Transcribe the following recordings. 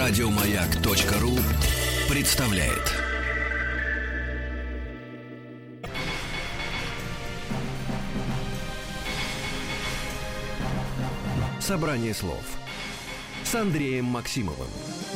Радиомаяк.ру представляет. Собрание слов с Андреем Максимовым.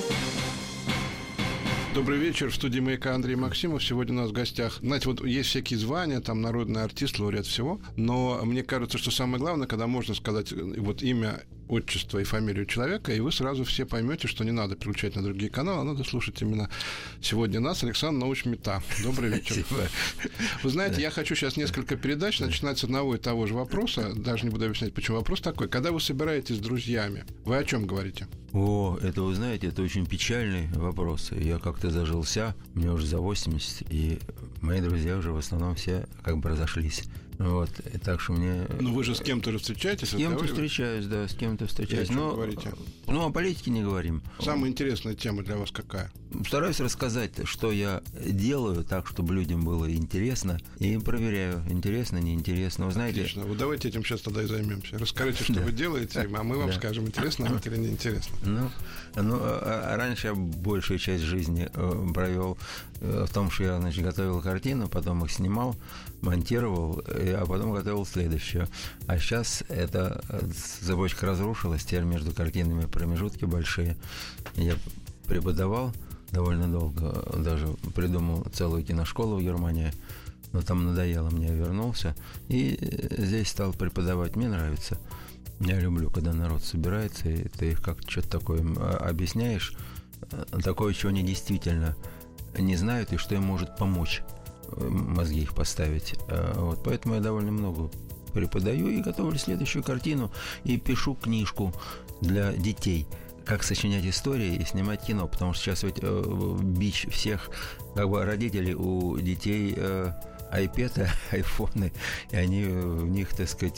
Добрый вечер. В студии «Маяка» Андрей Максимов. Сегодня у нас в гостях, знаете, вот есть всякие звания, там народный артист, лауреат всего, но мне кажется, что самое главное, когда можно сказать вот имя, отчество и фамилию человека, и вы сразу все поймете, что не надо переключать на другие каналы, а надо слушать именно сегодня нас, Александр Научмета. Добрый вечер. Вы знаете, я хочу сейчас несколько передач начинать с одного и того же вопроса, даже не буду объяснять, почему вопрос такой. Когда вы собираетесь с друзьями, вы о чем говорите? Это, вы знаете, это очень печальный вопрос. Я как-то зажился, мне уже за 80, и мои друзья уже в основном все как бы разошлись. Вот, и так что мне... Ну, вы же с кем-то же встречаетесь? С кем-то встречаюсь, да, с кем-то встречаюсь. И о чем говорите? Ну, о политике не говорим. Самая интересная тема для вас какая? Стараюсь рассказать, что я делаю так, чтобы людям было интересно, и проверяю, интересно, неинтересно. Вы знаете... Отлично. Вот давайте этим сейчас тогда и займемся. Расскажите, что вы делаете, а мы вам скажем, интересно вам или неинтересно. Раньше я большую часть жизни провел в том, что я, значит, готовил картину, потом их снимал, монтировал, а потом готовил следующую. А сейчас эта цепочка разрушилась, теперь между картинами промежутки большие. Я преподавал довольно долго, даже придумал целую киношколу в Германии, но там надоело, мне вернулся, и здесь стал преподавать. Мне нравится. Я люблю, когда народ собирается, и ты их как что-то такое объясняешь, такое, чего они действительно не знают, и что им может помочь мозги их поставить. Вот, поэтому я довольно много преподаю и готовлю следующую картину, и пишу книжку для детей, как сочинять истории и снимать кино, потому что сейчас ведь бич всех как бы родителей, у детей айпеды, айфоны, и они в них, так сказать,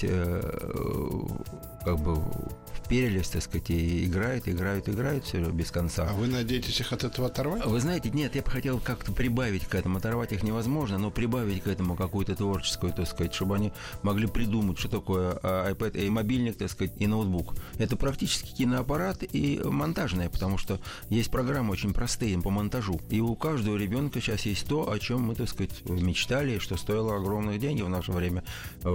как бы вперились, так сказать, и играют все без конца. А вы надеетесь их от этого оторвать? Вы знаете, нет, я бы хотел как-то прибавить к этому. Оторвать их невозможно, но прибавить к этому какую-то творческую, так сказать, чтобы они могли придумать, что такое iPad, и мобильник, так сказать, и ноутбук. Это практически киноаппарат и монтажное, потому что есть программы очень простые по монтажу. И у каждого ребенка сейчас есть то, о чем мы, так сказать, мечтали, что стоило огромных денег в наше время,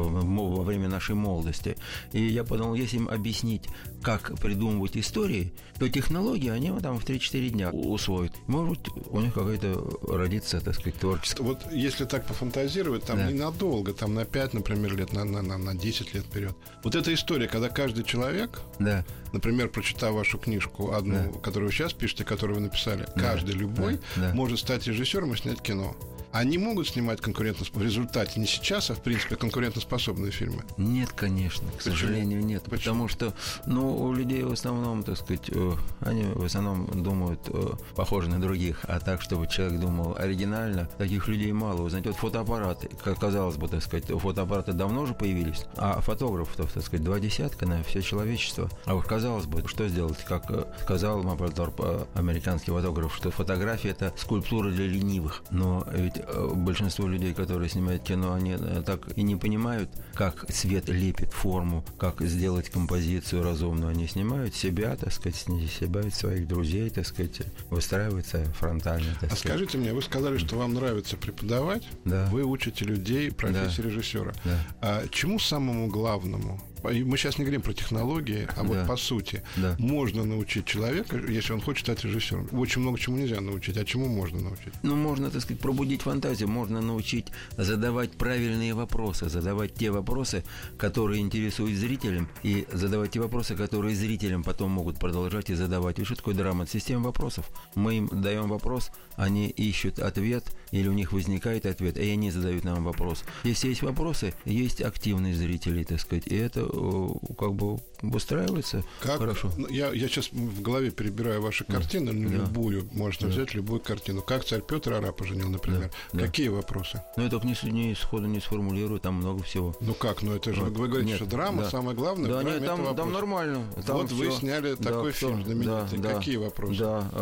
во время нашей молодости. И я подумал, если им объяснить, как придумывать истории, то технологии они там в 3-4 дня усвоят. Может быть, у них какая-то родится, так сказать, творческая. Вот если так пофантазировать, там ненадолго, там на 5, например, лет, на 10 лет вперед. Вот эта история, когда каждый человек, например, прочитав вашу книжку, одну, которую вы сейчас пишете, которую вы написали, каждый любой может стать режиссером и снять кино. Они могут снимать в результате, не сейчас, а в принципе конкурентоспособные фильмы? Нет, конечно, к сожалению, нет. Потому что, у людей в основном, так сказать, они в основном думают похоже на других, а так, чтобы человек думал оригинально, таких людей мало. Вы знаете, вот фотоаппараты, казалось бы, так сказать, фотоаппараты давно уже появились, а фотографов, так сказать, 20 на все человечество. А вот казалось бы, что сделать, как сказал Мапплторп, американский фотограф, что фотография – это скульптура для ленивых. Но ведь большинство людей, которые снимают кино, они так и не понимают, как цвет лепит форму, как сделать композицию разумную. Они снимают себя, так сказать, снимают своих друзей, так сказать, выстраиваются фронтально. Скажите мне, вы сказали, что вам нравится преподавать, вы учите людей профессии режиссера. А чему самому главному? Мы сейчас не говорим про технологии, а вот по сути. Можно научить человека, если он хочет стать режиссером. Очень много чему нельзя научить, а чему можно научить? Можно, так сказать, пробудить фантазию, можно научить задавать правильные вопросы, задавать те вопросы, которые интересуют зрителям, и задавать те вопросы, которые зрителям потом могут продолжать и задавать. И что такое драма? Это система вопросов. Мы им даем вопрос, они ищут ответ, или у них возникает ответ, и они задают нам вопрос. Если есть вопросы, есть активность зрителей, так сказать, и это как бы выстраивается хорошо. Я сейчас в голове перебираю ваши картины, любую, можно взять любую картину. Как царь Петр Ара поженил, например. Какие вопросы? Я только сходу не сформулирую, там много всего. Это же, вы говорите, что драма, самое главное, в драме это вопрос. Там нормально. Вот вы сняли такой фильм знаменитый. Какие вопросы?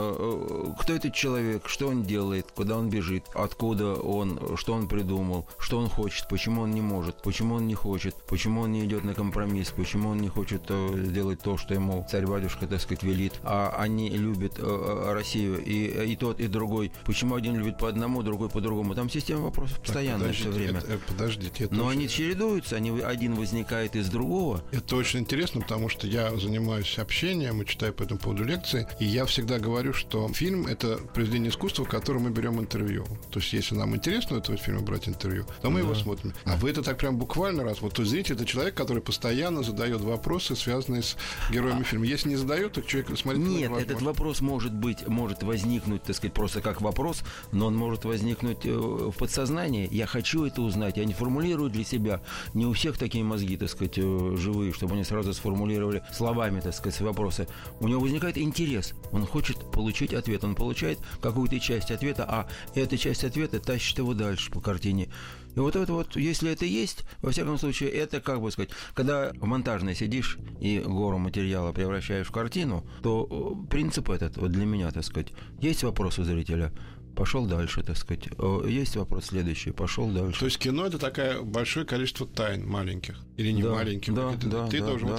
Кто этот человек, что он делает, куда он бежит, откуда он, что он придумал, что он хочет, почему он не может, почему он не хочет, почему он не идет на компромисс, почему он не хочет делать то, что ему царь-батюшка, так сказать, велит, а они любят Россию, и тот, и другой. Почему один любит по одному, другой по другому? Там система вопросов постоянная все время. Подождите. Но они чередуются, один возникает из другого. Это очень интересно, потому что я занимаюсь общением и читаю по этому поводу лекции, и я всегда говорю, что фильм — это произведение искусства, в котором мы берем интервью. То есть, если нам интересно у этого фильма брать интервью, то мы его смотрим. А вы это так прям буквально раз. Вот то зритель — это человек, который постоянно задает вопросы, связанные с героями фильма. Если не задает, то человек смотрит... Нет, этот вопрос может возникнуть, так сказать, просто как вопрос, но он может возникнуть в подсознании. Я хочу это узнать, я не формулирую для себя. Не у всех такие мозги, так сказать, живые, чтобы они сразу сформулировали словами, так сказать, вопросы. У него возникает интерес. Он хочет получить ответ. Он получает какую-то часть ответа, а эта часть ответа тащит его дальше по картине. И вот это вот, если это есть, во всяком случае, это, как бы сказать, когда в монтажной сидишь и гору материала превращаешь в картину, то принцип этот, вот для меня, так сказать, есть вопрос у зрителя, пошел дальше, так сказать. Есть вопрос следующий, пошел дальше. То есть кино — это такое большое количество тайн маленьких или не маленьких. Ты должен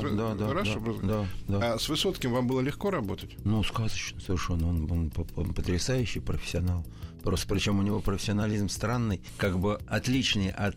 А с Высоцким вам было легко работать? Ну, сказочно совершенно. Он потрясающий профессионал. Просто причем у него профессионализм странный, как бы отличный от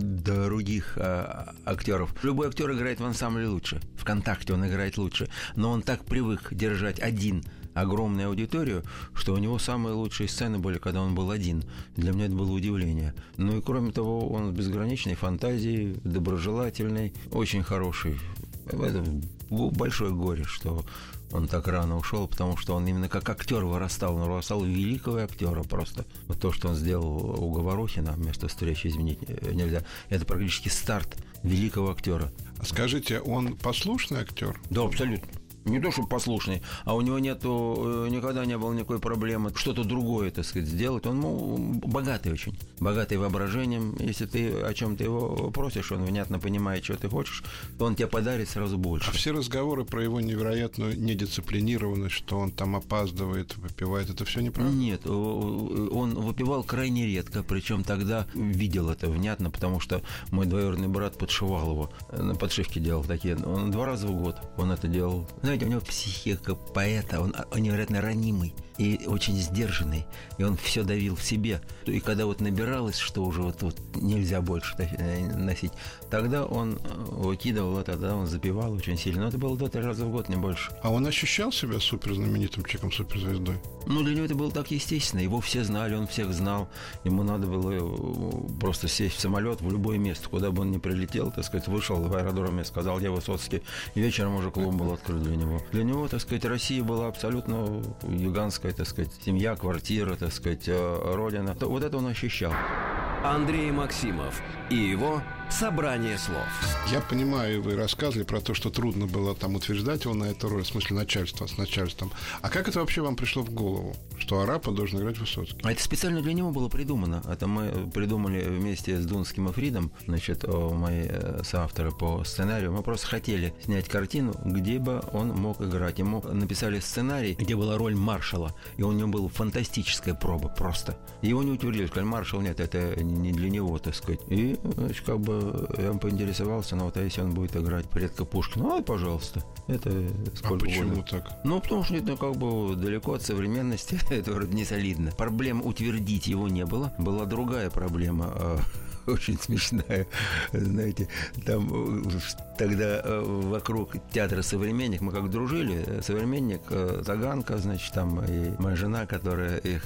других актеров. Любой актер играет в ансамбле лучше, в контакте он играет лучше, но он так привык держать один огромную аудиторию, что у него самые лучшие сцены были, когда он был один. Для меня это было удивление. Ну и кроме того, он безграничной фантазией, доброжелательный, очень хороший. Это большое горе, что он так рано ушел, потому что он именно как актер вырастал. Он вырастал в великого актера просто. Вот то, что он сделал у Говорухина, вместо встречи, изменить нельзя, это практически старт великого актера. А скажите, он послушный актер? Да, абсолютно. Не то, чтобы послушный, а у него никогда не было никакой проблемы что-то другое, так сказать, сделать. Он богатый очень, богатый воображением. Если ты о чем-то его просишь, он внятно понимает, что ты хочешь, то он тебе подарит сразу больше. А все разговоры про его невероятную недисциплинированность, что он там опаздывает, выпивает, это все неправда? Нет, он выпивал крайне редко, причем тогда видел это внятно, потому что мой двоюродный брат подшивал его, на подшивке делал такие. Он 2 раза в год он это делал. Знаете, у него психика поэта, он невероятно ранимый и очень сдержанный, и он все давил в себе. И когда вот набиралось, что уже вот нельзя больше носить, тогда он выкидывал это, тогда он запивал очень сильно. Но это было 2-3 раза в год, не больше. А он ощущал себя суперзнаменитым человеком, суперзвездой? Ну, для него это было так естественно. Его все знали, он всех знал. Ему надо было просто сесть в самолет в любое место, куда бы он ни прилетел, так сказать, вышел в аэродроме, сказал: я Высоцкий, и вечером уже клуб был открыт для него. Для него, так сказать, Россия была абсолютно гигантская, так сказать, семья, квартира, так сказать, родина. Вот это он ощущал. Андрей Максимов и его «Собрание слов». Я понимаю, вы рассказывали про то, что трудно было там утверждать его на эту роль, в смысле начальства, с начальством. А как это вообще вам пришло в голову, что Арапа должен играть Высоцкий? А это специально для него было придумано. Это мы придумали вместе с Дунским и Фридом, значит, мои соавторы по сценарию. Мы просто хотели снять картину, где бы он мог играть. Ему написали сценарий, где была роль маршала, и у него была фантастическая проба просто. Его не утвердили, сказали: маршал, нет, это не для него, так сказать. И, значит, как бы я поинтересовался, ну вот, а если он будет играть предка Пушкина? Ну, пожалуйста. Это сколько почему года? Так? Ну, потому что это как бы далеко от современности, это вроде не солидно. Проблем утвердить его не было. Была другая проблема, очень смешная, знаете, там тогда вокруг театра «Современник» мы как дружили, «Современник», Таганка, значит, там и моя жена, которая их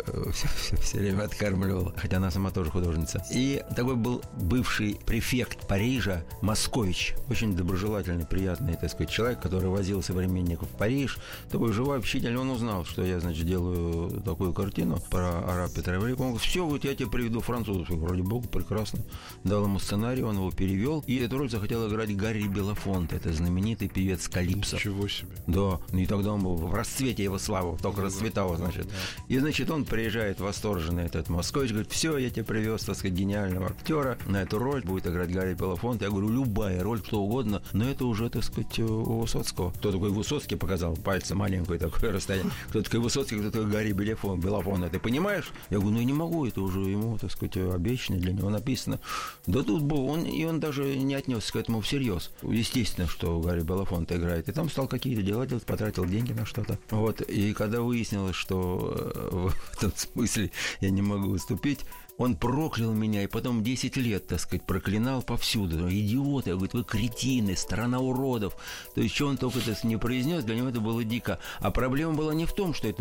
все время откармливала, хотя она сама тоже художница. И такой был бывший префект Парижа Москович, очень доброжелательный, приятный, так сказать, человек, который возил «Современников» в Париж, такой живой, общительный. Он узнал, что я, значит, делаю такую картину про Арапа Петра Великого. Он говорит: все, вот я тебе приведу французов. Ради бога, прекрасно. Дал ему сценарий, он его перевел, и эту роль захотел играть Гарри Белофонте, это знаменитый певец калипсо. Ничего себе. Да, и тогда он был в расцвете его славы, только расцветал, значит. И, значит, он приезжает восторженный, этот Москович, говорит: все, я тебе привез, так сказать, гениального актера на эту роль, будет играть Гарри Белофонте? Я говорю, любая роль, кто угодно, но это уже, так сказать, у Высоцкого. Кто такой Высоцкий, показал пальцем маленькое такое расстояние. Кто такой Высоцкий, кто такой Гарри Белофонте? Ты понимаешь? Я говорю, ну я не могу, это уже ему, так сказать, обещано, для него написано. Да тут был он даже не отнесся к этому всерьез. Естественно, что Гарри Белофонте играет. И там стал какие-то дела делать, потратил деньги на что-то. Вот. И когда выяснилось, что в этом смысле я не могу выступить, он проклял меня и потом 10 лет, так сказать, проклинал повсюду. Идиоты, я говорю, вы кретины, страна уродов. То есть, что он только это не произнес, для него это было дико. А проблема была не в том, что это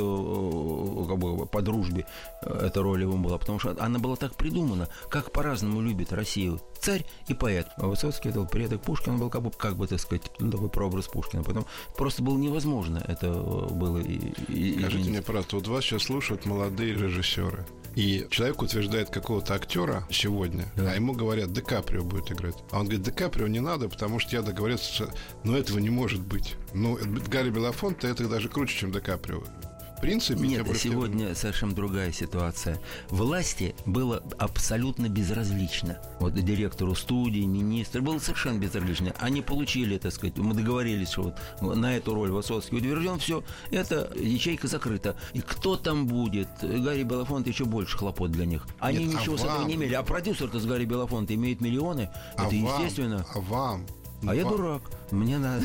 как бы по дружбе эта роль ему была, потому что она была так придумана, как по-разному любит Россию. Царь и поэт. А Высоцкий это был предок Пушкина, он был как бы, так сказать, такой прообраз Пушкина. Потом просто было невозможно это было. Скажите мне, пожалуйста, вот вас сейчас слушают молодые режиссеры. И человек утверждает какого-то актера сегодня, а ему говорят, Ди Каприо будет играть. А он говорит, Ди Каприо не надо, потому что я договорился, что этого не может быть. Но Гарри Белофонте это даже круче, чем Ди Каприо. В принципе, нет, сегодня совершенно другая ситуация. Власти было абсолютно безразлично. Вот директору студии, министру было совершенно безразлично. Они получили, так сказать, мы договорились, что вот на эту роль Высоцкий утвержден, все, эта ячейка закрыта. И кто там будет? Гарри Белофонте еще больше хлопот для них. Они ничего с этого не имели. А продюсер-то с Гарри Белофонте имеет миллионы. Это естественно. А вам? А я дурак. Мне надо...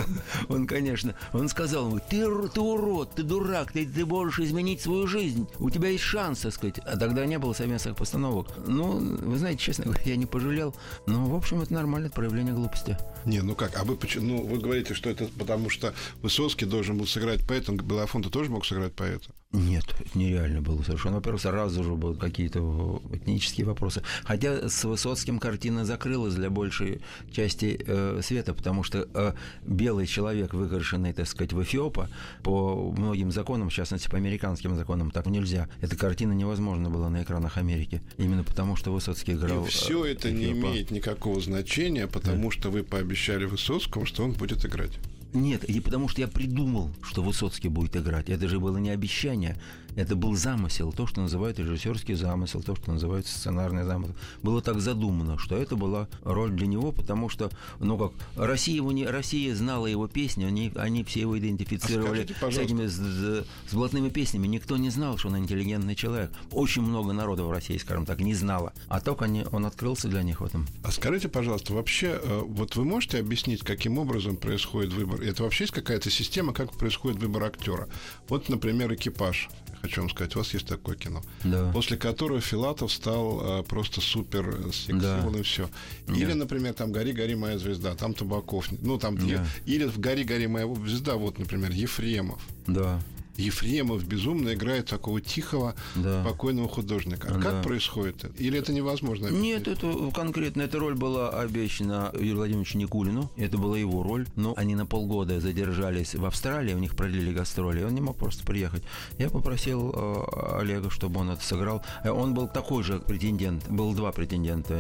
Он, конечно... Он сказал, ты урод, ты дурак, ты можешь изменить свою жизнь. У тебя есть шанс, так сказать. А тогда не было совместных постановок. Ну, вы знаете, честно говоря, я не пожалел. Но, в общем, это нормальное проявление глупости. Не, ну как? А вы почему? Ну, вы говорите, что это потому, что Высоцкий должен был сыграть поэта, Белофонте тоже мог сыграть поэта? Нет, это нереально было совершенно. Во-первых, сразу же были какие-то этнические вопросы. Хотя с Высоцким картина закрылась для большей части света, потому что белый человек, выкрашенный, так сказать, в эфиопа, по многим законам, в частности, по американским законам, так нельзя. Эта картина невозможна была на экранах Америки. Именно потому, что Высоцкий играл. И все это не имеет никакого значения, потому что вы пообещали Высоцкому, что он будет играть. Нет, и потому что я придумал, что Высоцкий будет играть. Это же было не обещание, это был замысел, то, что называют режиссерский замысел, то, что называется сценарный замысел. Было так задумано, что это была роль для него, потому что, ну как, Россия знала его песни, они все его идентифицировали с этими с блатными песнями. Никто не знал, что он интеллигентный человек. Очень много народа в России, скажем так, не знало. А только он открылся для них в этом. А скажите, пожалуйста, вообще, вот вы можете объяснить, каким образом происходит выбор? Это вообще есть какая-то система, как происходит выбор актера? Вот, например, «Экипаж». Хочу вам сказать, у вас есть такое кино, да. После которого Филатов стал просто супер секс-символом, да. И все. Или, например, там «Гори, моя звезда», там Табаков, ну там, или в «Гори, моя звезда», вот, например, Ефремов. Да. Ефремов безумно играет такого тихого, спокойного художника. А как происходит это? Или это невозможно объяснить? Нет, конкретно эта роль была обещана Юрию Владимировичу Никулину. Это была его роль. Но они на полгода задержались в Австралии, у них продлили гастроли, и он не мог просто приехать. Я попросил Олега, чтобы он это сыграл. Он был такой же претендент. Было два претендента,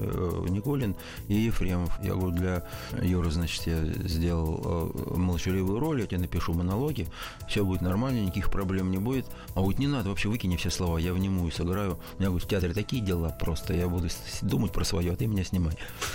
Никулин и Ефремов. Я говорю, для Юры, значит, я сделал молчаливую роль, я тебе напишу монологи, все будет нормально, никаких проблем не будет. А вот не надо, вообще выкини все слова, я внимую сыграю. У меня, говорю, в театре такие дела просто, я буду думать про свое, а ты меня снимай.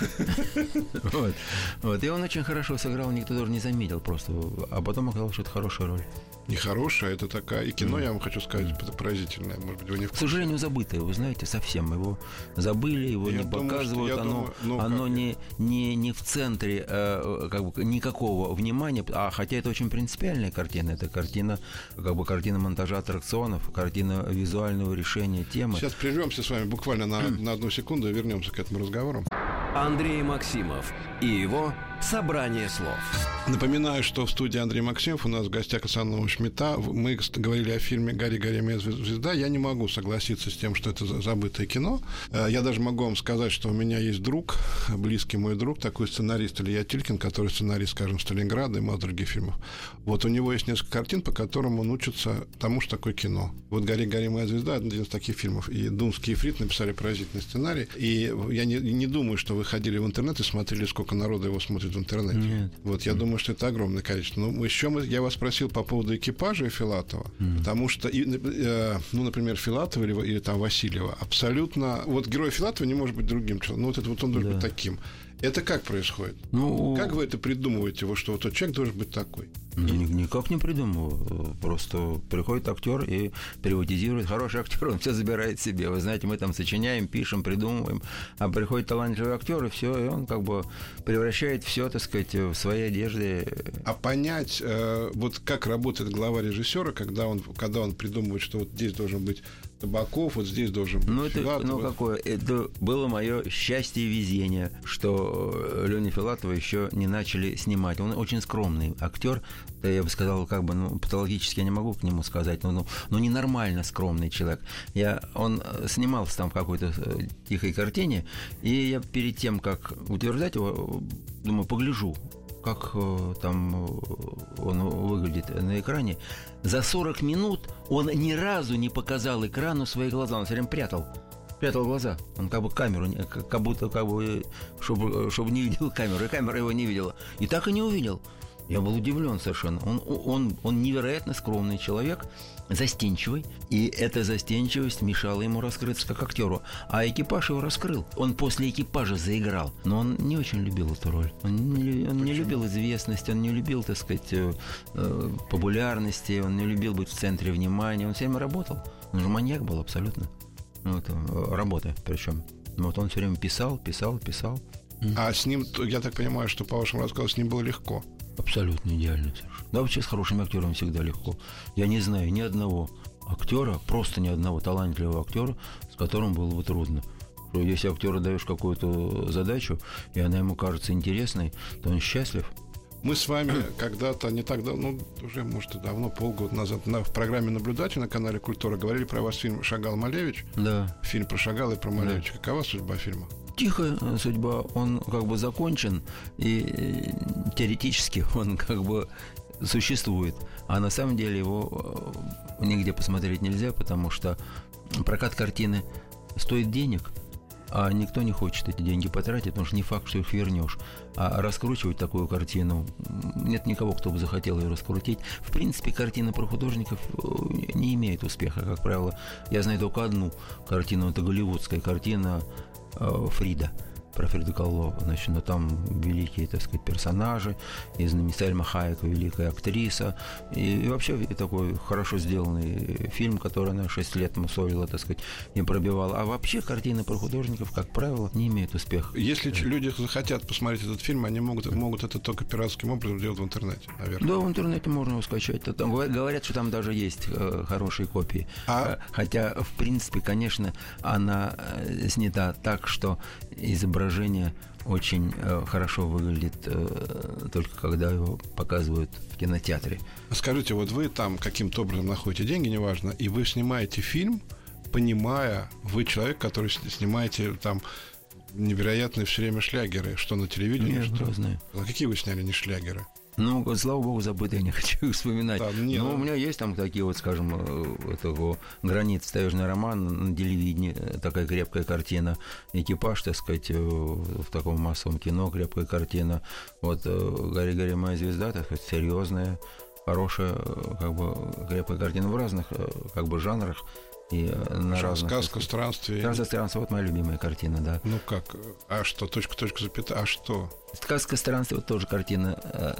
И он очень хорошо сыграл, никто даже не заметил просто. А потом оказалось, что это хорошая роль. Не хорошая, это такая. И кино, я вам хочу сказать, поразительное. Может быть, вы не в курсе. К сожалению, забытое, вы знаете, совсем. Его забыли, его не показывают. Оно не в центре как бы никакого внимания. А хотя это очень принципиальная картина. Это картина, как бы картина монтажа аттракционов, картина визуального решения темы. Сейчас прервемся с вами буквально на одну секунду и вернемся к этому разговору. Андрей Максимов и его «Собрание слов». Напоминаю, что в студии Андрей Максимов, у нас в гостях Асанова Шмита. Мы говорили о фильме «Гори, моя звезда». Я не могу согласиться с тем, что это забытое кино. Я даже могу вам сказать, что у меня есть друг, близкий мой друг, такой сценарист Илья Тилькин, который сценарист, скажем, «Сталинграда» и много других фильмов. Вот у него есть несколько картин, по которым он учится тому, что такое кино. Вот «Гори, моя звезда» — один из таких фильмов. И Дунский и Фрид написали поразительный сценарий. И я не думаю, что вы ходили в интернет и смотрели, сколько народа его смотрит в интернете. Нет. Вот я думаю, думаю, что это огромное количество. Но я вас спросил по поводу экипажа и Филатова, потому что, например, Филатова или там Васильева абсолютно... Вот герой Филатова не может быть другим человеком. Ну, вот это вот он должен быть таким. Это как происходит? Как вы это придумываете, что вот тот человек должен быть такой? Никак не придумываю. Просто приходит актер и приватизирует. Хороший актер, он все забирает себе. Вы знаете, мы там сочиняем, пишем, придумываем, а приходит талантливый актер, и все, и он как бы превращает все, так сказать, в своей одежде. А понять, вот как работает голова режиссера, когда он придумывает, что вот здесь должен быть Табаков, вот здесь должен быть Филатов. Какое? Это было мое счастье и везение, что Леню Филатова еще не начали снимать. Он очень скромный актер. Я бы сказал, патологически я не могу к нему сказать, но ненормально скромный человек. Он снимался там в какой-то тихой картине, и я перед тем, как утверждать его, думаю, погляжу, как там он выглядит на экране. За 40 минут он ни разу не показал экрану свои глаза. Он все время прятал глаза. Он как бы камеру, как будто чтобы не видел камеру, и камера его не видела. И так и не увидел. Я был удивлен совершенно. Он невероятно скромный человек, застенчивый, и эта застенчивость мешала ему раскрыться как актеру. А экипаж его раскрыл. Он после экипажа заиграл, но он не очень любил эту роль. Он не любил известность, он не любил, так сказать, популярности, он не любил быть в центре внимания. Он все время работал. Он же маньяк был абсолютно. Работа причем. Он все время писал. А с ним, я так понимаю, что по вашему рассказу с ним было легко. Абсолютно идеально совершенно. Да, вообще с хорошими актерами всегда легко. Я не знаю ни одного актера, просто ни одного талантливого актера, с которым было бы трудно. Если актеру даешь какую-то задачу, и она ему кажется интересной, то он счастлив. Мы с вами когда-то, не так давно, уже, может, и давно, полгода назад, в программе «Наблюдатель» на канале «Культура» говорили про ваш фильм «Шагал-Малевич». Да. Фильм про Шагала и про Малевича. Да. Какова судьба фильма? Тихая судьба. Он как бы закончен, и теоретически он как бы существует. А на самом деле его нигде посмотреть нельзя, потому что прокат картины стоит денег, а никто не хочет эти деньги потратить, потому что не факт, что их вернешь. А раскручивать такую картину нет никого, кто бы захотел ее раскрутить. В принципе, картины про художников не имеют успеха, как правило. Я знаю только одну картину, это голливудская картина «Фрида», про Фриду Кало. Значит, но там великие, так сказать, персонажи, и Сальма Хайек, великая актриса, и вообще такой хорошо сделанный фильм, который она 6 лет мусолила, так сказать, и пробивала. А вообще картины про художников, как правило, не имеют успеха. Если люди захотят посмотреть этот фильм, они могут это только пиратским образом делать в интернете, наверное. Да, в интернете можно его скачать. Там говорят, что там даже есть хорошие копии. Хотя, в принципе, конечно, она снята так, что изображение очень хорошо выглядит только когда его показывают в кинотеатре. Скажите, вот вы там каким-то образом находите деньги, неважно, и вы снимаете фильм, понимая, вы человек, который снимаете там невероятные все время шлягеры, что на телевидении, что... Разные. А какие вы сняли не шлягеры? Слава богу, забытые, я не хочу их вспоминать. Да, у меня есть там такие вот, скажем, «Границ», таежный роман, на телевидении, такая крепкая картина. «Экипаж», так сказать, в таком массовом кино, крепкая картина. Вот «Гори, моя звезда», так сказать, серьезная, хорошая, как бы крепкая картина в разных, как бы, жанрах. И на разных, «Сказка странствий». «Сказка странствий» — вот моя любимая картина, да. Ну как? А что? Точка, запятая. А что? «Сказка странствий» — вот тоже картина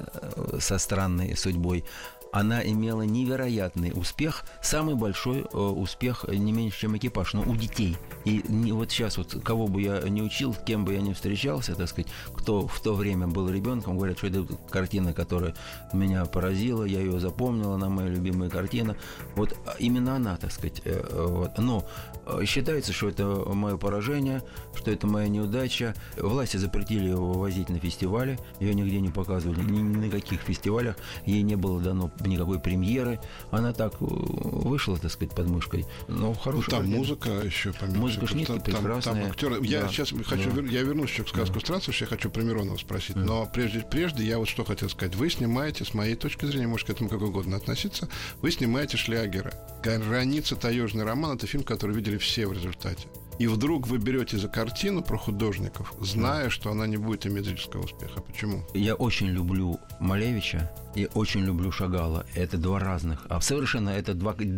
со странной судьбой. Она имела невероятный успех, самый большой успех, не меньше, чем «Экипаж», но у детей. И вот сейчас, вот, кого бы я ни учил, кем бы я ни встречался, так сказать, кто в то время был ребенком, говорят, что это картина, которая меня поразила, я ее запомнил, она моя любимая картина. Вот именно она, так сказать. Вот. Но считается, что это мое поражение, что это моя неудача. Власти запретили его вывозить на фестивале, ее нигде не показывали, ни на каких фестивалях, ей не было дано никакой премьеры. Она так вышла, так сказать, под мышкой. Но хорошая. Там музыка еще помимо. Музыка Шнитке прекрасная. Там актеры. Я сейчас хочу, я вернусь еще к «Сказку странствий», я хочу про Миронова спросить. Но прежде я вот что хотел сказать. Вы снимаете, с моей точки зрения, можете к этому как угодно относиться, вы снимаете шлягеры. «Граница», таежный роман — это фильм, который видели все в результате. И вдруг вы берете за картину про художников, зная, что она не будет иметь зрительского успеха. Почему? Я очень люблю Малевича и очень люблю Шагала. Это два разных, совершенно это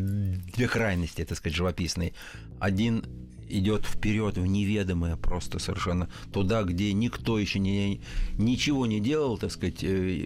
две крайности, так сказать, живописные. Один идет вперед в неведомое просто совершенно, туда, где никто еще ничего не делал, так сказать,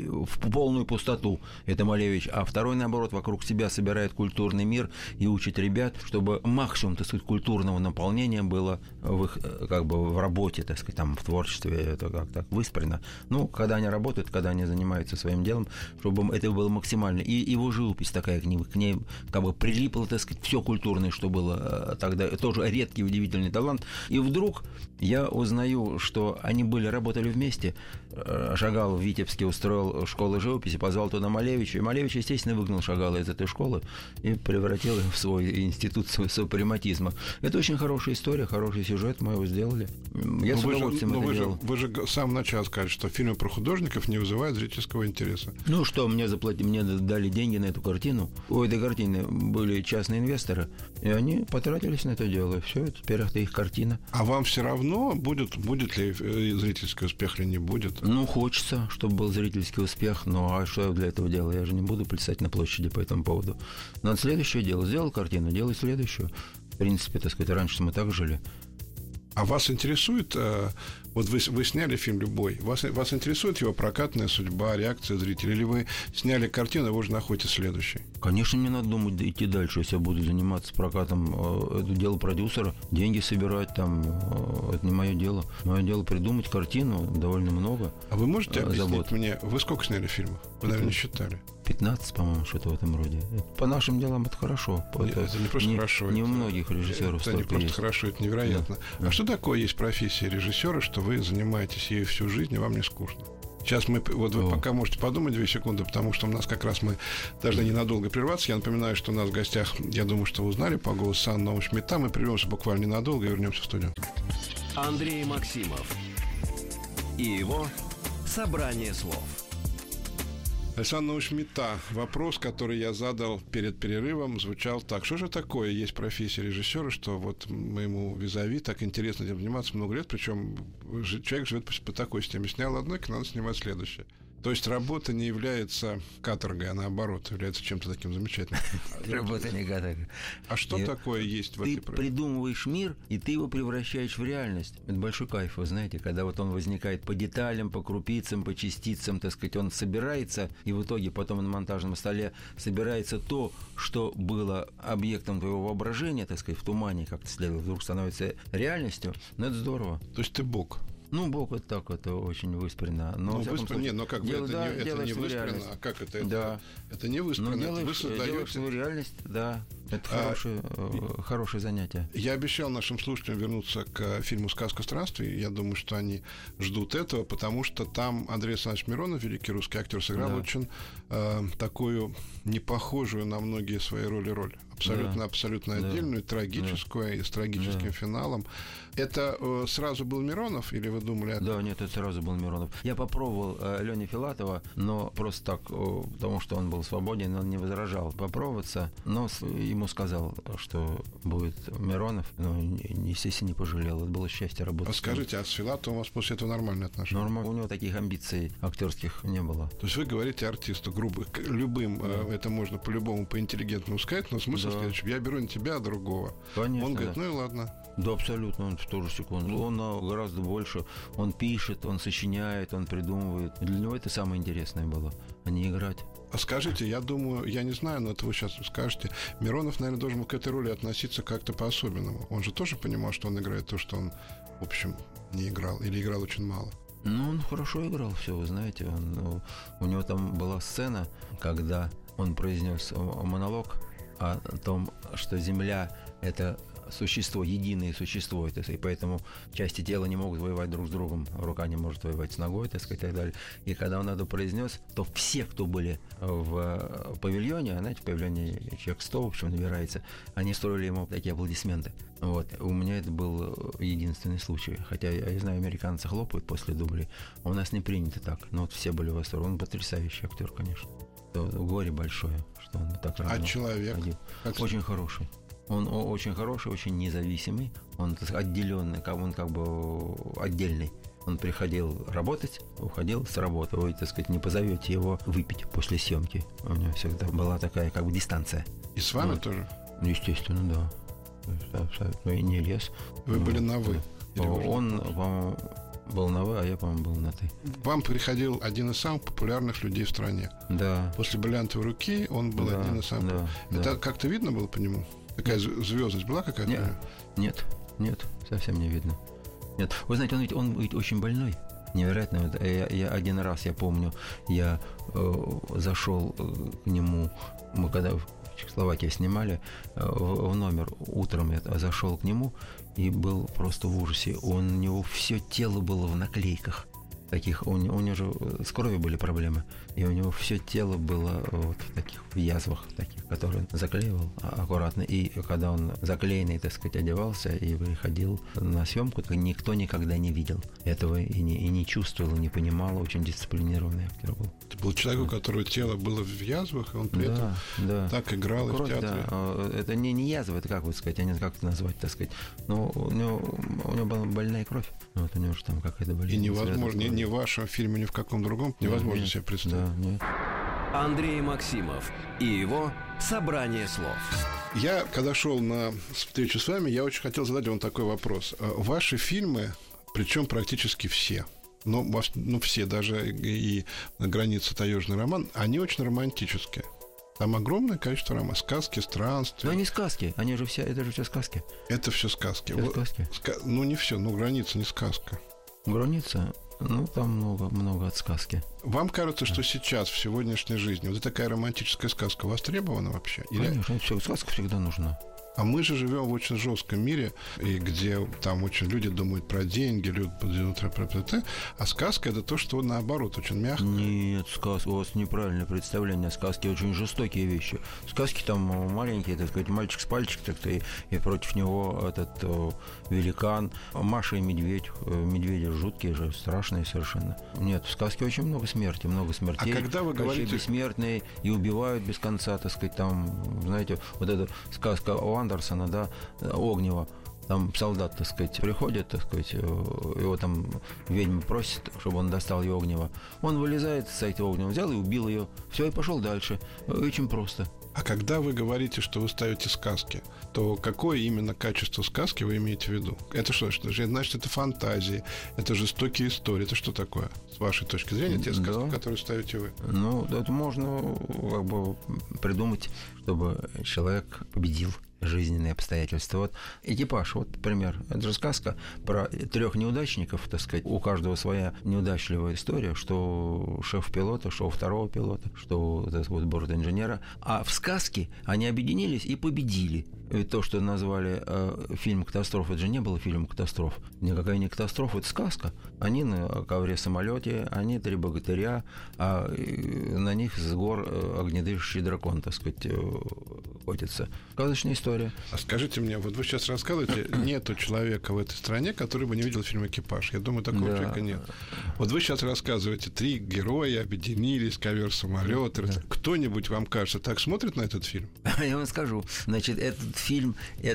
в полную пустоту. Это Малевич. А второй, наоборот, вокруг себя собирает культурный мир и учит ребят, чтобы максимум, так сказать, культурного наполнения было в их, как бы, в работе, так сказать, там, в творчестве, это как-то выспрено. Ну, когда они работают, когда они занимаются своим делом, чтобы это было максимально. И его живопись такая, к ней как бы прилипло, так сказать, все культурное, что было тогда. Тоже редкий, удивительный талант. И вдруг я узнаю, что они работали вместе. Шагал в Витебске устроил школу живописи, позвал туда Малевича. И Малевич, естественно, выгнал Шагала из этой школы и превратил его в свой институт супрематизма. Это очень хорошая история, хороший сюжет, мы его сделали. Я с удовольствием это делал. Вы же с самого начала сказали, что фильмы про художников не вызывают зрительского интереса. Ну что, мне дали деньги на эту картину. У этой картины были частные инвесторы, и они потратились на это дело. И все, теперь это их картина. А вам все равно, будет ли зрительский успех или не будет? Ну, хочется, чтобы был зрительский успех. Ну, а что я для этого делаю? Я же не буду плясать на площади по этому поводу. Надо следующее дело. Сделал картину, делай следующую. В принципе, так сказать, раньше мы так жили. А вас интересует, вот вы сняли фильм любой, вас интересует его прокатная судьба, реакция зрителей, или вы сняли картину, и вы уже находите следующий? Конечно, мне надо думать идти дальше, если я буду заниматься прокатом. Это дело продюсера, деньги собирать там, это не мое дело. Мое дело придумать картину, довольно много. А вы можете объяснить мне, вы сколько сняли фильмов? Вы, наверное, не считали. 15, по-моему, что-то в этом роде. По нашим делам это хорошо. Это не просто хорошо. Не у многих режиссеров это не просто есть. Хорошо, это невероятно. Да. А что такое есть профессия режиссера, что вы занимаетесь ею всю жизнь, и вам не скучно? Сейчас вы пока можете подумать 2 секунды, потому что у нас как раз мы должны ненадолго прерваться. Я напоминаю, что у нас в гостях, я думаю, что вы узнали по голосу, Анна Наум-Шмидта. Мы прервемся буквально ненадолго и вернемся в студию. Андрей Максимов и его «Собрание слов». Александр Наум-Шмидта. Вопрос, который я задал перед перерывом, звучал так. Что же такое есть профессия режиссера, что вот моему визави так интересно этим заниматься много лет, причем человек живет по такой системе. Снял одно кино, надо снимать следующее. То есть работа не является каторгой, а наоборот, является чем-то таким замечательным. Работа не каторга. А что такое есть в этой профессии? Ты придумываешь мир, и ты его превращаешь в реальность. Это большой кайф, вы знаете, когда вот он возникает по деталям, по крупицам, по частицам, так сказать, он собирается, и в итоге потом на монтажном столе собирается то, что было объектом твоего воображения, так сказать, в тумане как-то следовало, вдруг становится реальностью. Но это здорово. То есть ты Бог? Ну, Бог вот так, это очень выспренно. Но Нет, но как бы это не выспренно, а как это? Да. Это не выспренно. Делаешь свою реальность, да. Это хорошее занятие. Я обещал нашим слушателям вернуться к фильму «Сказка странствий». Я думаю, что они ждут этого, потому что там Андрей Александрович Миронов, великий русский актер, сыграл очень такую непохожую на многие свои роль. Абсолютно отдельную, трагическую и с трагическим финалом. Это сразу был Миронов, или вы думали... Да, нет, это сразу был Миронов. Я попробовал Леню Филатова, но просто так, потому что он был свободен, он не возражал попробоваться, но ему сказал, что будет Миронов, но, естественно, не пожалел. Это было счастье работать. А скажите, а с Филатовым у вас после этого нормальные отношения? Нормально. У него таких амбиций актерских не было. То есть вы говорите артисту грубо, любым, это можно по-любому, по-интеллигентному сказать, но смысл следующий: я беру не тебя, а другого. Конечно, он говорит, ну и ладно. Да, абсолютно, он в ту же секунду. Он гораздо больше, он пишет, он сочиняет, он придумывает. Для него это самое интересное было, а не играть. А скажите, я думаю, я не знаю, но это вы сейчас скажете, Миронов, наверное, должен к этой роли относиться как-то по-особенному. Он же тоже понимал, что он играет то, что он, в общем, не играл, или играл очень мало. Ну, он хорошо играл, все, вы знаете. У него там была сцена, когда он произнес монолог о том, что Земля — это существо, единое существо, и поэтому части тела не могут воевать друг с другом, рука не может воевать с ногой, так сказать, и так далее. И когда он это произнес, то все, кто были в павильоне, знаете, в павильоне человек 100, в общем, набирается, они строили ему такие аплодисменты. Вот. У меня это был единственный случай. Хотя, я знаю, американцы хлопают после дублей, а у нас не принято так. Но вот все были в восторге. Он потрясающий актер, конечно. Горе большое, что он так рано. А человек? Очень хороший. Он очень хороший, очень независимый. Он отделенный, он как бы отдельный. Он приходил работать, уходил с работы. Вы, так сказать, не позовете его выпить после съемки. У него всегда была такая как бы дистанция. И с вами тоже? Естественно, да. Абсолютно. И не лез. Вы были на «вы»? Он, по-моему, был на «вы», а я, по-моему, был на «ты». К вам приходил один из самых популярных людей в стране. Да. После «Бриллиантовой руки» он был один из самых... Это как-то видно было по нему? Такая звездность была какая-то? Нет, совсем не видно. Нет. Вы знаете, он ведь очень больной. Невероятно. Вот я один раз, я помню, я зашел к нему, мы когда в Чехословакии снимали, в номер утром я зашел к нему и был просто в ужасе. У него все тело было в наклейках. Таких, у него же с кровью были проблемы, и у него все тело было вот в таких язвах, таких, которые он заклеивал аккуратно. И когда он заклеенный, так сказать, одевался и приходил на съемку, то никто никогда не видел этого и не чувствовал, и не понимал. Очень дисциплинированный актер был. Это был человек, у которого тело было в язвах, и он при этом так играл кровь, в театре. Да. Это не язва, это как вот сказать, я не знаю, как это назвать, так сказать. Но у него была больная кровь. Вот у него же там какая-то болезнь. И невозможно, ни в вашем фильме, ни в каком другом невозможно себе представить. Да, нет. Андрей Максимов и его «Собрание слов». Я, когда шел на встречу с вами, я очень хотел задать вам такой вопрос. Ваши фильмы, причем практически все, все, даже и «На границе» «Таежный роман», они очень романтические. Там огромное количество романов, сказки, странствия. Но они сказки, это же все сказки. Это все сказки. Все сказки. Не все, «Граница» не сказка. «Граница», там много от сказки. Вам кажется, что сейчас, в сегодняшней жизни, вот такая романтическая сказка востребована вообще? Конечно, сказка всегда нужна. А мы же живем в очень жестком мире, и где там очень люди думают про деньги, а сказка — это то, что наоборот, очень мягко. Нет, сказка, у вас неправильное представление. Сказки очень жестокие вещи. Сказки там маленькие, так сказать, мальчик с пальчик, и против него этот великан. Маша и медведь. Медведи жуткие же, страшные совершенно. Нет, в сказке очень много смерти, много смертей. А когда вы говорите... бессмертные и убивают без конца, так сказать, там, знаете, вот эта сказка о Андерсона, да, Огнева. Там солдат, так сказать, приходит, так сказать, его там ведьма просит, чтобы он достал ее Огнева. Он вылезает с этого Огнева, взял и убил ее. Все, и пошел дальше. Очень просто. А когда вы говорите, что вы ставите сказки, то какое именно качество сказки вы имеете в виду? Это что? Значит, это фантазии, это жестокие истории. Это что такое, с вашей точки зрения, те сказки, которые ставите вы? Это можно как бы придумать, чтобы человек победил жизненные обстоятельства. Вот «Экипаж», вот пример. Это же сказка про 3 неудачников, так сказать. У каждого своя неудачливая история, что шеф-пилота, что у 2-го пилота, что вот борт-инженера. А в сказке они объединились и победили. Ведь то, что назвали фильм «Катастрофа», это же не было фильм «Катастроф». Никакая не катастрофа, это сказка. Они на ковре-самолете, они 3 богатыря, а на них с гор огнедышащий дракон, так сказать, охотится. Сказочная история. А скажите мне, вот вы сейчас рассказываете, нету человека в этой стране, который бы не видел фильм «Экипаж». Я думаю, такого человека нет. Вот вы сейчас рассказываете, 3 героя объединились, ковер-самолет. Кто-нибудь, вам кажется, так смотрит на этот фильм? Я вам скажу. Значит, этот фильм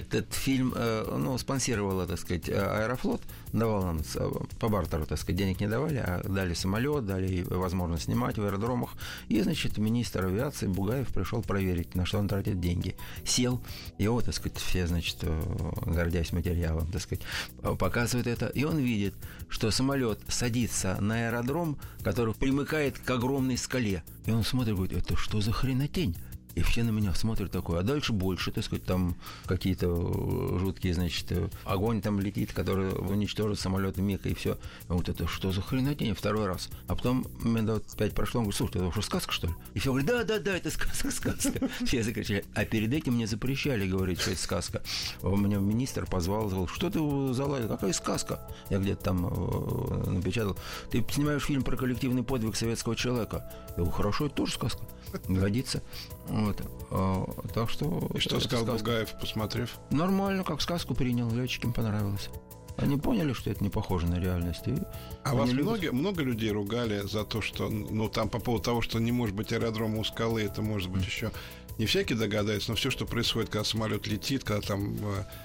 спонсировала, так сказать, Аэрофлот, давал нам по бартеру, так сказать, денег не давали, а дали самолет, дали возможность снимать в аэродромах. И, значит, министр авиации Бугаев пришел проверить, на что он тратит деньги. Сел, его, так сказать, все, значит, гордясь материалом, так сказать, показывают это, и он видит, что самолет садится на аэродром, который примыкает к огромной скале. И он смотрит, говорит, это что за хренотень? И все на меня смотрят такое. А дальше больше, так сказать, там какие-то жуткие, значит, огонь там летит, который уничтожит самолет миг, и все. Вот это что за хренотень? 2-й раз. А потом минут 5 прошло, он говорит, слушай, это что, сказка, что ли? И все говорят, да, это сказка. Все закричали. А перед этим мне запрещали говорить, что это сказка. Меня министр позвал, сказал, что ты заладил? Какая сказка? Я где-то там напечатал. Ты снимаешь фильм про коллективный подвиг советского человека. Я говорю, хорошо, это тоже сказка. Годится. Вот. Так что... И что сказал Бугаев, посмотрев? Нормально, как сказку принял, летчикам понравилось. Они поняли, что это не похоже на реальность. А вас много людей ругали за то, что... там по поводу того, что не может быть аэродрома у скалы, это может быть еще не всякий догадается, но все, что происходит, когда самолет летит, когда там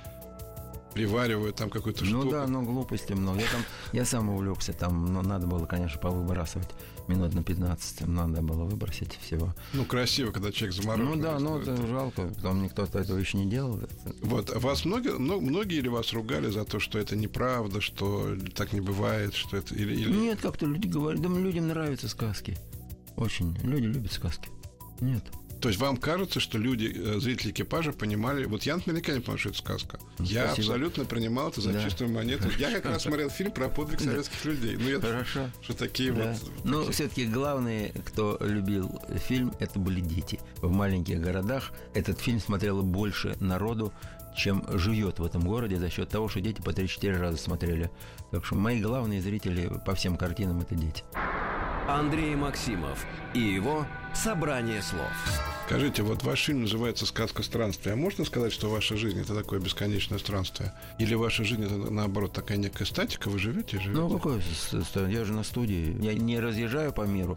приваривают там какую-то штуку. Ну да, но глупости много. Я сам увлекся там, но надо было, конечно, повыбрасывать. Минут на 15 надо было выбросить всего. Ну, красиво, когда человек заморожен. Ну да, но это жалко, потом никто этого еще не делал. Вот, вас многие ли вас ругали за то, что это неправда, что так не бывает, что это... Нет, как-то люди говорят, думаю, людям нравятся сказки. Очень, люди любят сказки. Нет. То есть вам кажется, что люди, зрители экипажа, понимали... Вот я наверняка не понимаю, что это сказка. Я абсолютно принимал это за чистую монету. Я как раз смотрел фильм про подвиг советских людей. Хорошо. Что такие вот... Но все-таки главные, кто любил фильм, это были дети. В маленьких городах этот фильм смотрело больше народу, чем живет в этом городе за счет того, что дети по 3-4 раза смотрели. Так что мои главные зрители по всем картинам – это дети. Андрей Максимов и его «Собрание слов». Скажите, вот ваш фильм называется «Сказка странствия». А можно сказать, что ваша жизнь – это такое бесконечное странствие? Или ваша жизнь – это, наоборот, такая некая статика? Вы живете и живете? Ну, какое? Я же на студии. Я не разъезжаю по миру,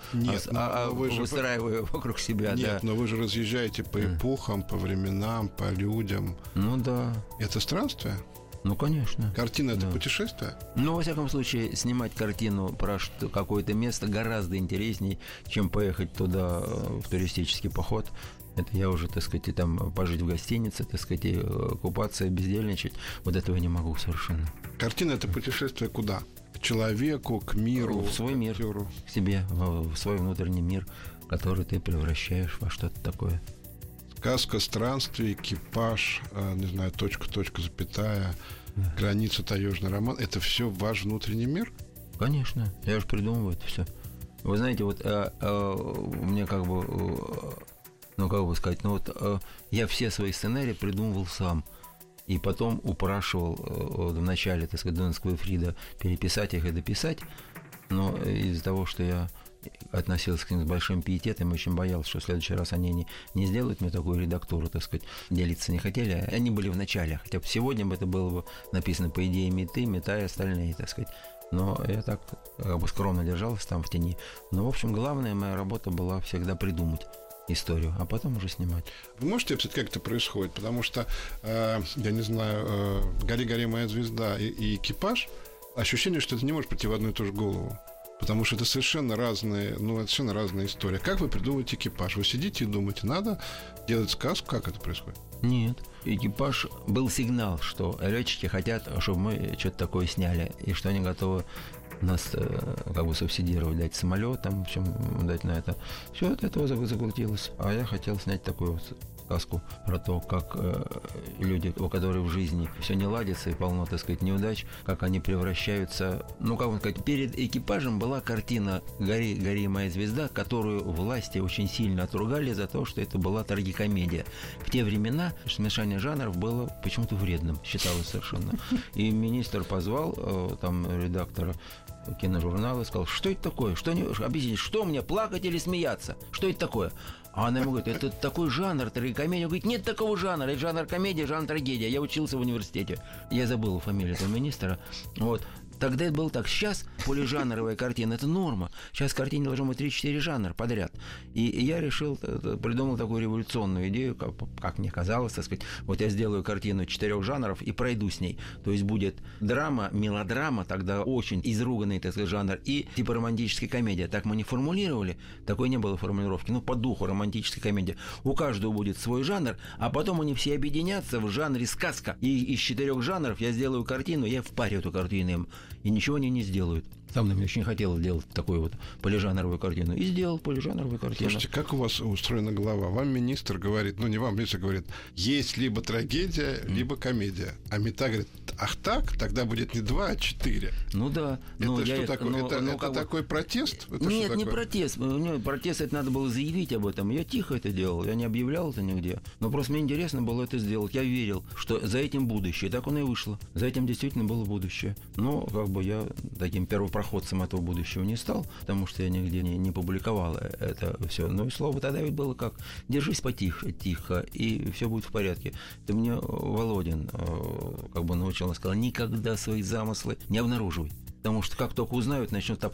выстраиваю вокруг себя. Нет, но вы же разъезжаете по эпохам, по временам, по людям. Ну, да. Это странствие? Ну, конечно. Картина – это путешествие? Ну, во всяком случае, снимать картину про какое-то место гораздо интереснее, чем поехать туда в туристический поход. Это я уже, так сказать, и там пожить в гостинице, так сказать, и купаться, и бездельничать. Вот этого я не могу совершенно. Картина – это путешествие куда? К человеку, к миру? В свой мир, к себе, в свой внутренний мир, который ты превращаешь во что-то такое. Сказка, странствие, экипаж, не знаю, точка, запятая, граница, таежный роман. Это все ваш внутренний мир? Конечно. Я же придумываю это все. Вы знаете, вот мне как бы, ну, как бы сказать, ну, вот я все свои сценарии придумывал сам. И потом упрашивал в начале, так сказать, Денниса Квейфрида переписать их и дописать. Но из-за того, что я относился к ним с большим пиететом, и очень боялся, что в следующий раз они не сделают мне такую редактуру, так сказать, делиться не хотели. Они были в начале, хотя бы сегодня бы это было бы написано по идее Мета и остальные, так сказать. Но я так как бы скромно держался там в тени. Но, в общем, главная моя работа была всегда придумать историю, а потом уже снимать. Вы можете описать, как это происходит? Потому что, я не знаю, «Гори, моя звезда» и «Экипаж», ощущение, что это не может прийти в одну и ту же голову. Потому что это совершенно разные истории. Как вы придумываете «Экипаж»? Вы сидите и думаете, надо делать сказку? Как это происходит? Нет. «Экипаж» был сигнал, что летчики хотят, чтобы мы что-то такое сняли, и что они готовы нас как бы субсидировать, дать самолет, там, в общем, дать на это. Все от этого закрутилось. А я хотел снять такую вот сказку про то, как люди, у которых в жизни все не ладится и полно, так сказать, неудач, как они превращаются... Ну, как вам сказать, перед «Экипажем» была картина «Гори, моя звезда», которую власти очень сильно отругали за то, что это была трагикомедия. В те времена смешание жанров было почему-то вредным, считалось совершенно. И министр позвал там редактора киножурнала и сказал, что это такое? Объясните, что мне, плакать или смеяться? Что это такое? А она ему говорит, это такой жанр, трагикомедия. Он говорит, нет такого жанра, это жанр комедия, жанр трагедия. Я учился в университете. Я забыл фамилию этого министра. Вот. Тогда это было так. Сейчас полижанровая картина – это норма. Сейчас в картине должно быть 3-4 жанра подряд. И я придумал такую революционную идею, как мне казалось, так сказать. Вот я сделаю картину 4 жанров и пройду с ней. То есть будет драма, мелодрама, тогда очень изруганный, так сказать, жанр, и типа романтическая комедия. Так мы не формулировали, такой не было формулировки. Ну, по духу романтическая комедия. У каждого будет свой жанр, а потом они все объединятся в жанре сказка. И из 4 жанров я сделаю картину, я впарю эту картину им. И ничего они не сделают. Сам мне очень хотелось сделать такую вот полижанровую картину. И сделал полижанровую картину. Слушайте, как у вас устроена голова? Вам министр говорит, ну не вам, министр говорит, есть либо трагедия, либо комедия. А Мета говорит, ах так? Тогда будет не 2, а 4. Ну да. Это что такое? Это такой протест? Нет, не протест. Протест, это надо было заявить об этом. Я тихо это делал, я не объявлял это нигде. Но просто мне интересно было это сделать. Я верил, что за этим будущее. Так оно и вышло. За этим действительно было будущее. Но как бы я таким первопроходцем этого будущего не стал, потому что я нигде не публиковал это все. Ну и слово тогда ведь было как: держись тихо, и все будет в порядке. Это мне Володин как бы научил, он сказал, никогда свои замыслы не обнаруживай. Потому что как только узнают, начнут топтать.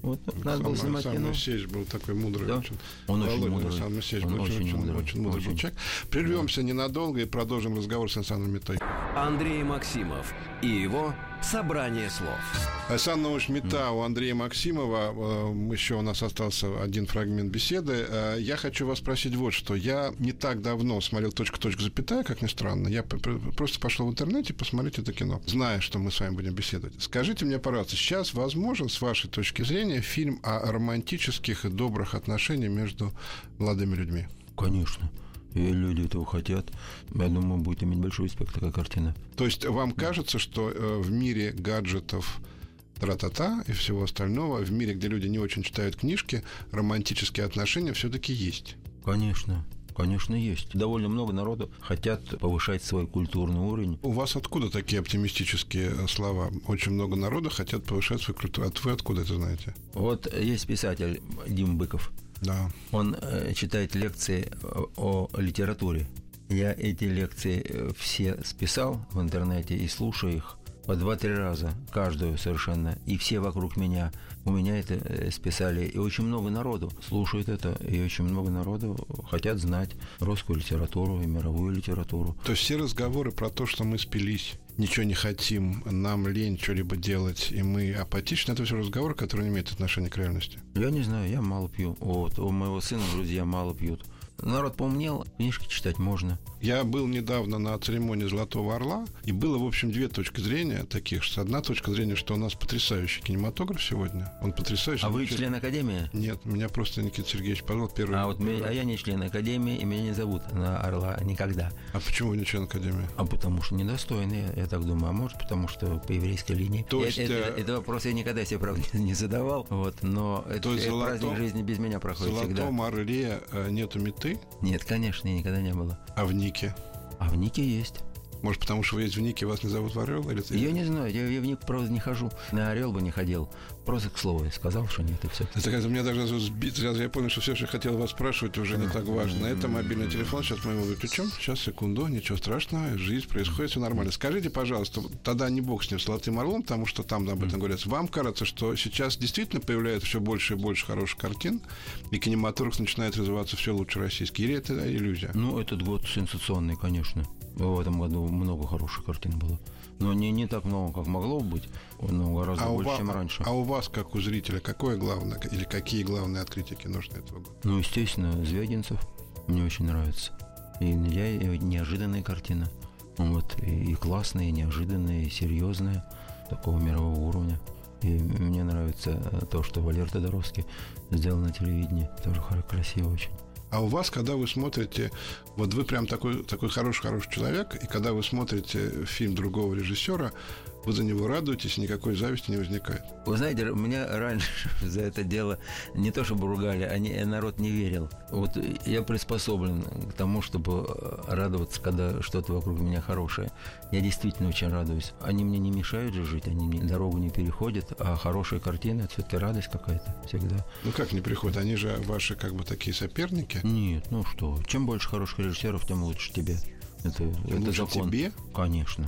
Вот надо было снимать кино. Сан Моисеевич был такой мудрый. Да? Очень. Он очень Володя мудрый. Сан Моисеевич был очень мудрый был человек. Прервемся ненадолго и продолжим разговор с Александром Митой. Андрей Максимов и его «Собрание слов». Александр Наумович Мита, у Андрея Максимова. Еще у нас остался один фрагмент беседы. Я хочу вас спросить вот что. Я не так давно смотрел «Точка, запятая», как ни странно. Я просто пошел в интернете посмотреть это кино, зная, что мы с вами будем беседовать. Скажите мне, пожалуйста, сейчас возможен, с вашей точки зрения, фильм о романтических и добрых отношениях между молодыми людьми? Конечно. И люди этого хотят. Я думаю, будет иметь большой успех такая картина. То есть вам кажется, что в мире гаджетов, тра-та-та и всего остального, в мире, где люди не очень читают книжки, романтические отношения все-таки есть? Конечно. Конечно, есть. Довольно много народу хотят повышать свой культурный уровень. У вас откуда такие оптимистические слова? Очень много народу хотят повышать свой культурный уровень. Вы откуда это знаете? Вот есть писатель Дим Быков. Да. Он читает лекции о литературе. Я эти лекции все списал в интернете и слушаю их по 2-3 раза, каждую совершенно. И все вокруг меня, у меня это списали. И очень много народу слушает это, и очень много народу хотят знать русскую литературу и мировую литературу. То есть все разговоры про то, что мы спились, ничего не хотим, нам лень что-либо делать, и мы апатичны, это все разговоры, которые не имеют отношения к реальности. Я не знаю, я мало пью. Вот, у моего сына друзья мало пьют. Народ поумнел, книжки читать можно. Я был недавно на церемонии «Золотого орла», и было, в общем, две точки зрения таких. Одна точка зрения, что у нас потрясающий кинематограф сегодня. Он потрясающий. А вы член Академии? Нет, меня просто Никита Сергеевич позвал первый. А я не член Академии, и меня не зовут на «Орла» никогда. А почему вы не член Академии? А потому что недостойный, я так думаю. А может, потому что по еврейской линии. То есть, это вопрос я никогда себе, правда, не задавал. Вот, но это праздник жизни без меня проходит всегда. В «Золотом орле» нету Миты? Нет, конечно, никогда не было. А в «Нике»? А в «Нике» есть. Может, потому что вы есть в «Нике», вас не зовут в «Орел»? Или... Я не знаю, я в «Ник», правда, не хожу. На «Орел» бы не ходил. Просто к слову я сказал, что нет, и все. Это меня даже сбить. Сразу я понял, что все, что я хотел вас спрашивать, уже не так важно. Это мобильный телефон. Сейчас мы его выключим. Сейчас, секунду. Ничего страшного. Жизнь происходит, все нормально. Скажите, пожалуйста, тогда не бог с ним, с «Золотым орлом», потому что там об этом говорят. Вам кажется, что сейчас действительно появляется все больше и больше хороших картин, и кинематограф начинает развиваться все лучше российский? Или это иллюзия? Ну, этот год сенсационный, конечно. В этом году много хороших картин было. Но не так много, как могло быть, но гораздо больше, чем раньше. А у вас, как у зрителя, какое главное, или какие главные открытия нужны этого года? Ну, естественно, Звягинцев мне очень нравится. И неожиданные картины. Вот, и классные, и неожиданные, и серьезные, такого мирового уровня. И мне нравится то, что Валерий Тодоровский сделал на телевидении. Тоже красиво очень. А у вас, когда вы смотрите, вот вы прям такой хороший человек, и когда вы смотрите фильм другого режиссера, вы за него радуетесь, и никакой зависти не возникает. Вы знаете, меня раньше за это дело не то чтобы ругали, народ не верил. Вот я приспособлен к тому, чтобы радоваться, когда что-то вокруг меня хорошее. Я действительно очень радуюсь. Они мне не мешают же жить, они мне дорогу не переходят, а хорошие картины — это все-таки радость какая-то всегда. Ну как не приходят? Они же ваши как бы такие соперники? Нет, ну что, чем больше хороших режиссеров, тем лучше тебе. Это закон. Тебе? Конечно.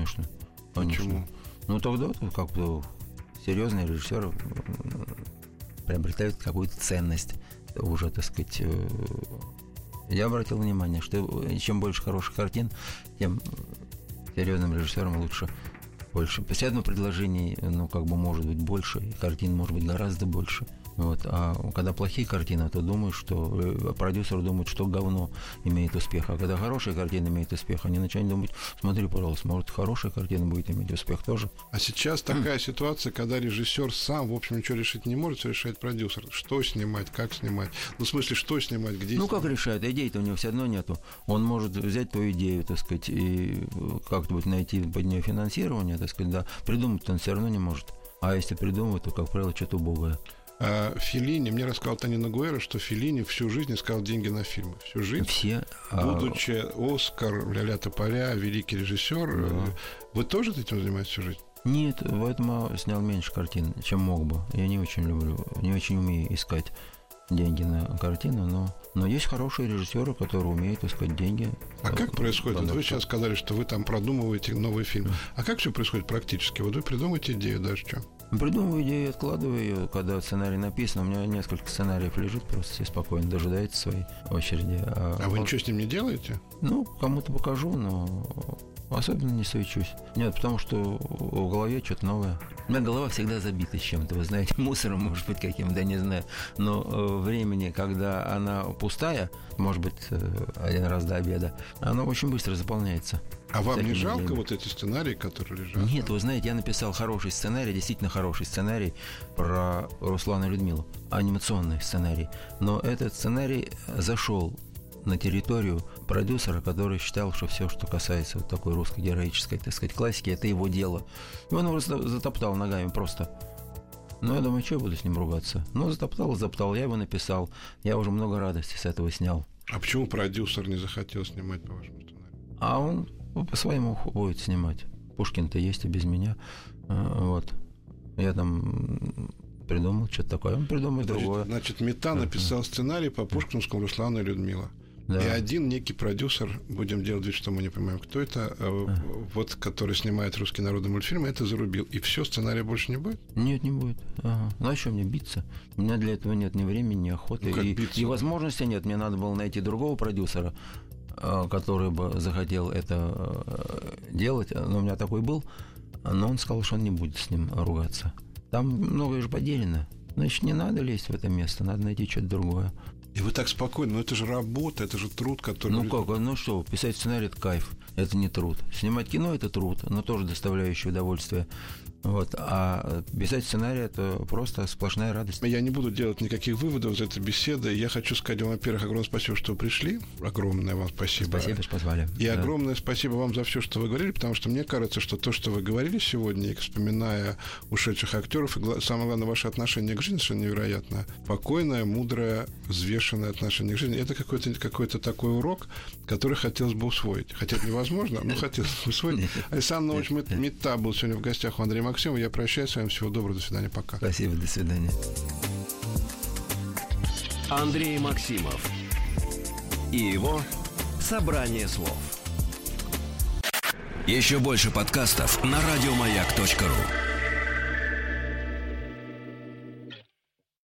Почему? Ну, тогда как бы серьезные режиссеры приобретают какую-то ценность. Уже, так сказать, я обратил внимание, что чем больше хороших картин, тем серьезным режиссерам лучше. Больше. Все одно предложений, может быть больше, и картин может быть гораздо больше. Вот. А когда плохие картины, то думаешь, что продюсер думает, что говно имеет успех. А когда хорошая картина имеет успех, они начинают думать: смотри, пожалуйста, может, хорошая картина будет иметь успех тоже. А сейчас такая ситуация, когда режиссер сам, в общем, ничего решить не может, все решает продюсер. Что снимать, как снимать. Ну, в смысле, что снимать, где снимать. Как решает? Идей-то у него все равно нету. Он может взять твою идею, так сказать, и как-то найти под нее финансирование, так сказать, да. Придумать-то он все равно не может. А если придумывает, то, как правило, что-то убогое. Феллини, мне рассказал Тонино Гуэра, что Феллини всю жизнь искал деньги на фильмы. Всю жизнь. Будучи Оскар, ля-ля тополя, великий режиссер. Да. Вы тоже этим занимаетесь всю жизнь? Нет, поэтому снял меньше картин, чем мог бы. Я не очень люблю, не очень умею искать деньги на картину, но есть хорошие режиссеры, которые умеют искать деньги. А как происходит? Вот вы сейчас сказали, что вы там продумываете новый фильм. А как все происходит практически? Вот вы придумаете идею, дальше что? Придумываю идею, откладываю ее, когда сценарий написан. У меня несколько сценариев лежит, просто все спокойно дожидаются своей очереди. А вы ничего с ним не делаете? Ну, кому-то покажу, но особенно не суечусь. Нет, потому что в голове что-то новое. У меня голова всегда забита чем-то, вы знаете, мусором, может быть, каким-то, не знаю. Но времени, когда она пустая, может быть, один раз до обеда, оно очень быстро заполняется. А вам не жалко вот эти сценарии, которые лежат? Нет, вы знаете, я написал хороший сценарий, действительно хороший сценарий про Руслана и Людмилу, анимационный сценарий. Но этот сценарий зашел на территорию продюсера, который считал, что все, что касается вот такой русской героической, так сказать, классики, это его дело. И он его затоптал ногами просто. Ну, я думаю, что я буду с ним ругаться? Ну, затоптал, я его написал. Я уже много радости с этого снял. А почему продюсер не захотел снимать по вашему сценарию? А он по-своему будет снимать. Пушкин-то есть и без меня. Вот. Я там придумал что-то такое. Он придумает другое. Значит, Мета написал сценарий по пушкинскому «Руслану и Людмила». Да. И один некий продюсер, будем делать вид, что мы не понимаем, кто это, вот, который снимает русские народные мультфильмы, это зарубил. И все, сценария больше не будет? Нет, не будет. Ну, а что мне биться? У меня для этого нет ни времени, ни охоты. Ну, и возможности нет. Мне надо было найти другого продюсера, который бы захотел это делать. Но у меня такой был. Но он сказал, что он не будет с ним ругаться. Там многое же поделено. Значит, не надо лезть в это место. Надо найти что-то другое. И вы так спокойно, но это же работа, это же труд, который... Ну как, ну что, писать сценарий – это кайф, это не труд. Снимать кино – это труд, но тоже доставляющий удовольствие. Вот. А писать сценарий – это просто сплошная радость. Я не буду делать никаких выводов из этой беседы. Я хочу сказать вам, во-первых, огромное спасибо, что вы пришли. Огромное вам спасибо. Спасибо, что позвали. И огромное спасибо вам за все, что вы говорили, потому что мне кажется, что то, что вы говорили сегодня, и вспоминая ушедших актеров, и самое главное, ваше отношение к жизни совершенно невероятно. Спокойное, мудрое, взвешенное отношение к жизни. Это какой-то такой урок, который хотелось бы усвоить. Хотя это невозможно, но хотелось бы усвоить. Александр Нович Мета был сегодня в гостях у Андрея Максимова. Я прощаюсь с вами. Всего доброго. До свидания. Пока. Спасибо. До свидания. Андрей Максимов и его «Собрание слов». Еще больше подкастов на радиомаяк.ру.